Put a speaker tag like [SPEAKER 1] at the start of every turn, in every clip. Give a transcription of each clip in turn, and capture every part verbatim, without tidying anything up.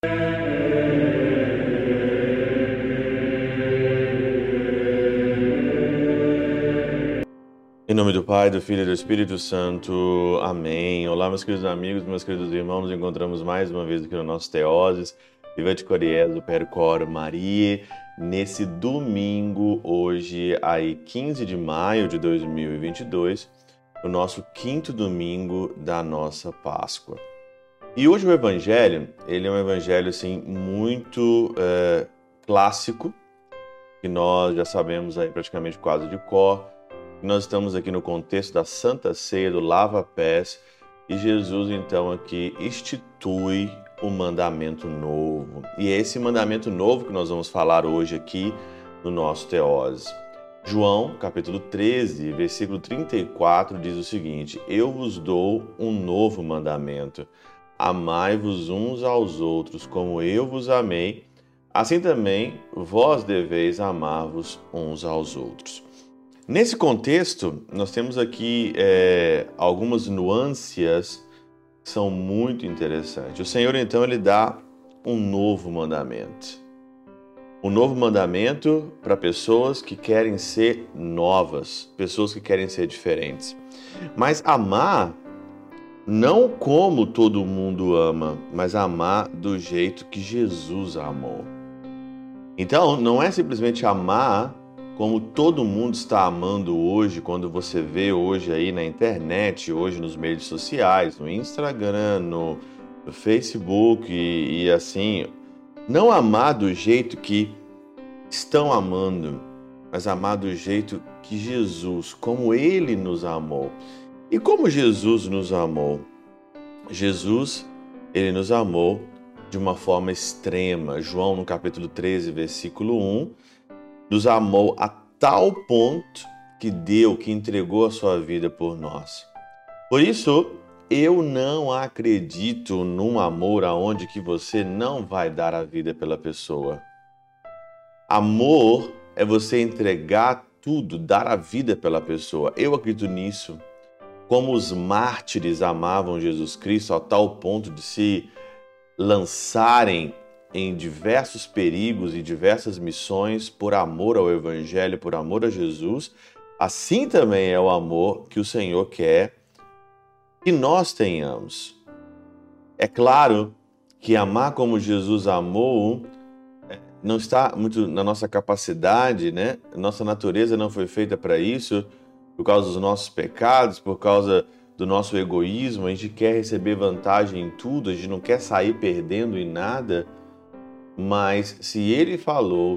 [SPEAKER 1] Em nome do Pai, do Filho e do Espírito Santo. Amém. Olá, meus queridos amigos, meus queridos irmãos. Nos encontramos mais uma vez aqui no nosso Teoses. Vivete Coriés, Percor Maria. Nesse domingo, hoje, aí quinze de maio de dois mil e vinte e dois, o nosso quinto domingo da nossa Páscoa. E hoje o Evangelho, ele é um Evangelho assim, muito é, clássico, que nós já sabemos aí praticamente quase de cor. Nós estamos aqui no contexto da Santa Ceia, do lava-pés, e Jesus então aqui institui um mandamento novo. E é esse mandamento novo que nós vamos falar hoje aqui no nosso Teoses. João, capítulo treze, versículo trinta e quatro, diz o seguinte: Eu vos dou um novo mandamento. Amai-vos uns aos outros, como eu vos amei, assim também vós deveis amar-vos uns aos outros. Nesse contexto, nós temos aqui é, algumas nuances que são muito interessantes. O Senhor, então, ele dá um novo mandamento. Um novo mandamento para pessoas que querem ser novas, pessoas que querem ser diferentes. Mas amar não como todo mundo ama, mas amar do jeito que Jesus amou. Então, não é simplesmente amar como todo mundo está amando hoje, quando você vê hoje aí na internet, hoje nos meios sociais, no Instagram, no, no Facebook e, e assim. Não amar do jeito que estão amando, mas amar do jeito que Jesus, como Ele nos amou. E como Jesus nos amou? Jesus, Ele nos amou de uma forma extrema. João, no capítulo treze, versículo um, nos amou a tal ponto que deu, que entregou a sua vida por nós. Por isso, eu não acredito num amor aonde que você não vai dar a vida pela pessoa. Amor é você entregar tudo, dar a vida pela pessoa. Eu acredito nisso. Como os mártires amavam Jesus Cristo a tal ponto de se lançarem em diversos perigos e diversas missões por amor ao Evangelho, por amor a Jesus, assim também é o amor que o Senhor quer que nós tenhamos. É claro que amar como Jesus amou não está muito na nossa capacidade, né? Nossa natureza não foi feita para isso, por causa dos nossos pecados, por causa do nosso egoísmo. A gente quer receber vantagem em tudo, a gente não quer sair perdendo em nada. Mas se Ele falou,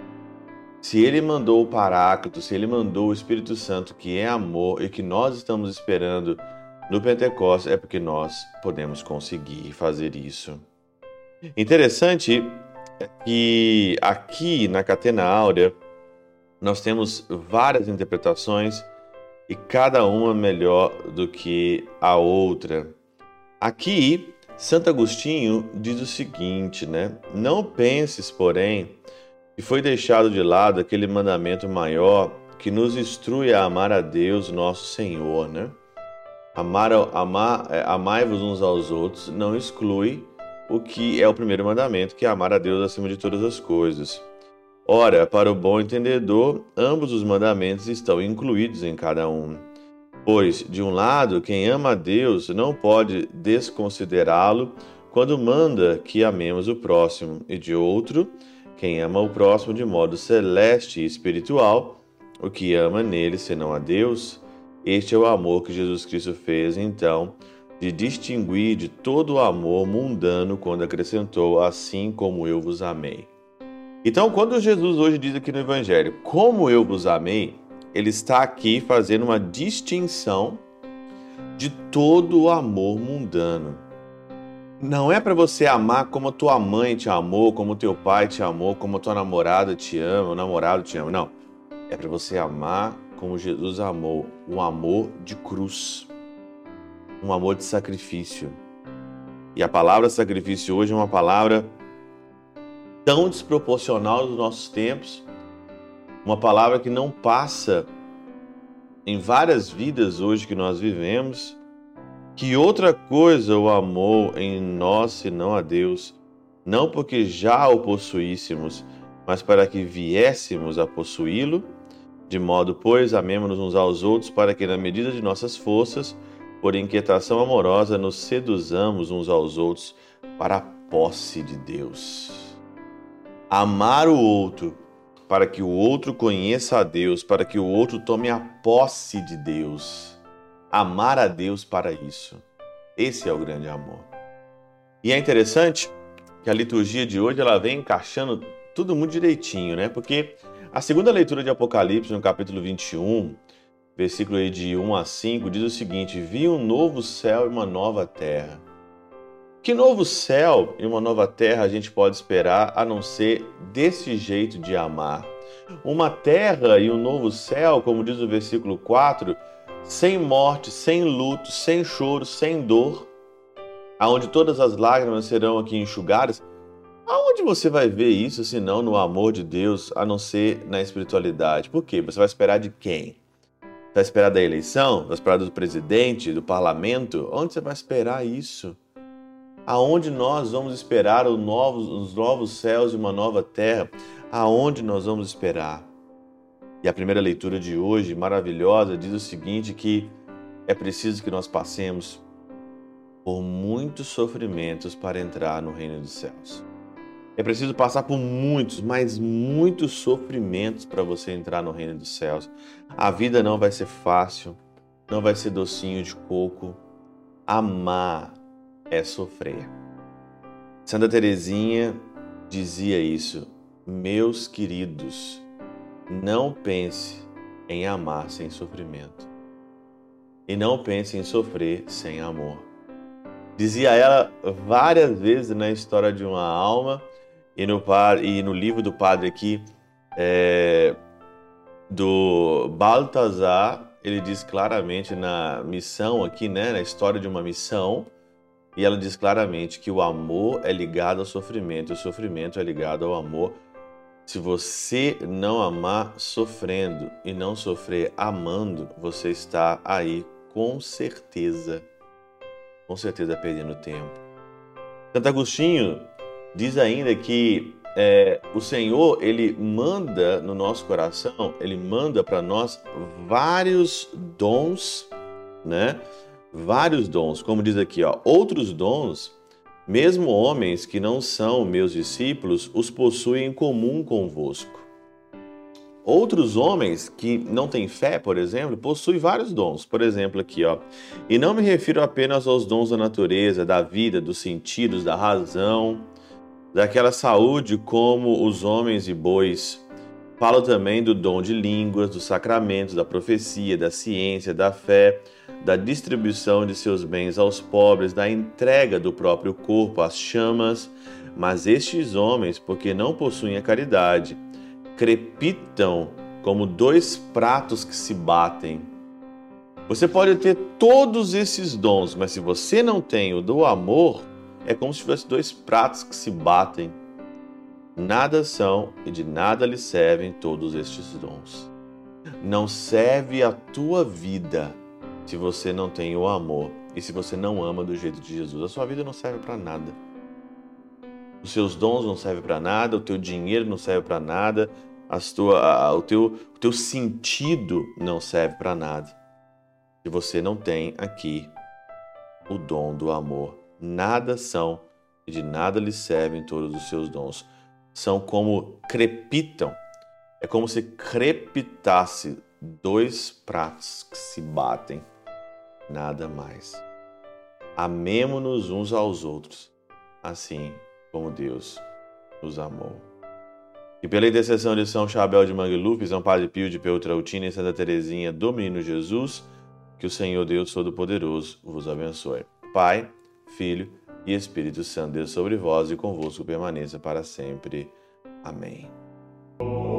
[SPEAKER 1] se Ele mandou o Paráclito, se Ele mandou o Espírito Santo, que é amor e que nós estamos esperando no Pentecostes, é porque nós podemos conseguir fazer isso. Interessante que aqui na Catena Áurea nós temos várias interpretações e cada uma melhor do que a outra. Aqui, Santo Agostinho diz o seguinte, né? Não penses, porém, que foi deixado de lado aquele mandamento maior que nos instrui a amar a Deus, nosso Senhor, né? Amar, amar, é, amai-vos uns aos outros não exclui o que é o primeiro mandamento, que é amar a Deus acima de todas as coisas. Ora, para o bom entendedor, ambos os mandamentos estão incluídos em cada um. Pois, de um lado, quem ama a Deus não pode desconsiderá-lo quando manda que amemos o próximo, e de outro, quem ama o próximo de modo celeste e espiritual, o que ama nele senão a Deus, este é o amor que Jesus Cristo fez, então, de distinguir de todo o amor mundano quando acrescentou, assim como eu vos amei. Então, quando Jesus hoje diz aqui no Evangelho, como eu vos amei, ele está aqui fazendo uma distinção de todo o amor mundano. Não é para você amar como a tua mãe te amou, como o teu pai te amou, como a tua namorada te ama, o namorado te ama. Não. É para você amar como Jesus amou, um amor de cruz, um amor de sacrifício. E a palavra sacrifício hoje é uma palavra tão desproporcional dos nossos tempos, uma palavra que não passa em várias vidas hoje que nós vivemos, que outra coisa o amor em nós senão a Deus. não porque já o possuíssemos, mas para que viéssemos a possuí-lo, de modo, pois, amemo-nos uns aos outros, para que, na medida de nossas forças, por inquietação amorosa, nos seduzamos uns aos outros para a posse de Deus. Amar o outro, para que o outro conheça a Deus, para que o outro tome a posse de Deus. Amar a Deus para isso. Esse é o grande amor. E é interessante que a liturgia de hoje ela vem encaixando tudo muito direitinho, né? Porque a segunda leitura de Apocalipse, no capítulo vinte e um, versículo aí de um a cinco, diz o seguinte: vi um novo céu e uma nova terra. Que novo céu e uma nova terra a gente pode esperar a não ser desse jeito de amar? Uma terra e um novo céu, como diz o versículo quatro, sem morte, sem luto, sem choro, sem dor, aonde todas as lágrimas serão aqui enxugadas. Aonde você vai ver isso, se não no amor de Deus, a não ser na espiritualidade? Por quê? Você vai esperar de quem? Vai esperar da eleição? Vai esperar do presidente, do parlamento? Onde você vai esperar isso? Aonde nós vamos esperar os novos, os novos céus e uma nova terra? Aonde nós vamos esperar? E a primeira leitura de hoje, maravilhosa, diz o seguinte, que é preciso que nós passemos por muitos sofrimentos para entrar no reino dos céus. É preciso passar por muitos, mas muitos sofrimentos para você entrar no reino dos céus. A vida não vai ser fácil, não vai ser docinho de coco. Amar é sofrer. Santa Teresinha dizia isso: meus queridos, não pense em amar sem sofrimento. E não pense em sofrer sem amor. Dizia ela várias vezes na História de uma Alma, E no, e no livro do padre aqui, é, do Baltazar, ele diz claramente na missão aqui, né, na história de uma missão, e ela diz claramente que o amor é ligado ao sofrimento, e o sofrimento é ligado ao amor. Se você não amar sofrendo e não sofrer amando, você está aí com certeza, com certeza perdendo tempo. Santo Agostinho diz ainda que é, o Senhor, ele manda no nosso coração, ele manda para nós vários dons, né? Vários dons, como diz aqui, ó, outros dons, mesmo homens que não são meus discípulos, os possuem em comum convosco. Outros homens que não têm fé, por exemplo, possuem vários dons. Por exemplo, aqui, ó. E não me refiro apenas aos dons da natureza, da vida, dos sentidos, da razão, daquela saúde como os homens e bois. Falo também do dom de línguas, dos sacramentos, da profecia, da ciência, da fé, da distribuição de seus bens aos pobres, da entrega do próprio corpo às chamas. Mas estes homens, porque não possuem a caridade, crepitam como dois pratos que se batem. Você pode ter todos esses dons, mas se você não tem o do amor, é como se tivesse dois pratos que se batem. Nada são e de nada lhe servem todos estes dons. Não serve a tua vida se você não tem o amor e se você não ama do jeito de Jesus. A sua vida não serve para nada. Os seus dons não servem para nada, o teu dinheiro não serve para nada, as tua, a, o, teu, o teu sentido não serve para nada. Se você não tem aqui o dom do amor. Nada são e de nada lhe servem todos os seus dons. São como crepitam. É como se crepitasse dois pratos que se batem. Nada mais. Amemo-nos uns aos outros, assim como Deus nos amou. E pela intercessão de São Chabel de Mangluf, São Padre Pio de Peltrautina e Santa Teresinha do Menino Jesus, que o Senhor Deus Todo-Poderoso vos abençoe. Pai, Filho e Espírito Santo, Deus sobre vós e convosco permaneça para sempre. Amém.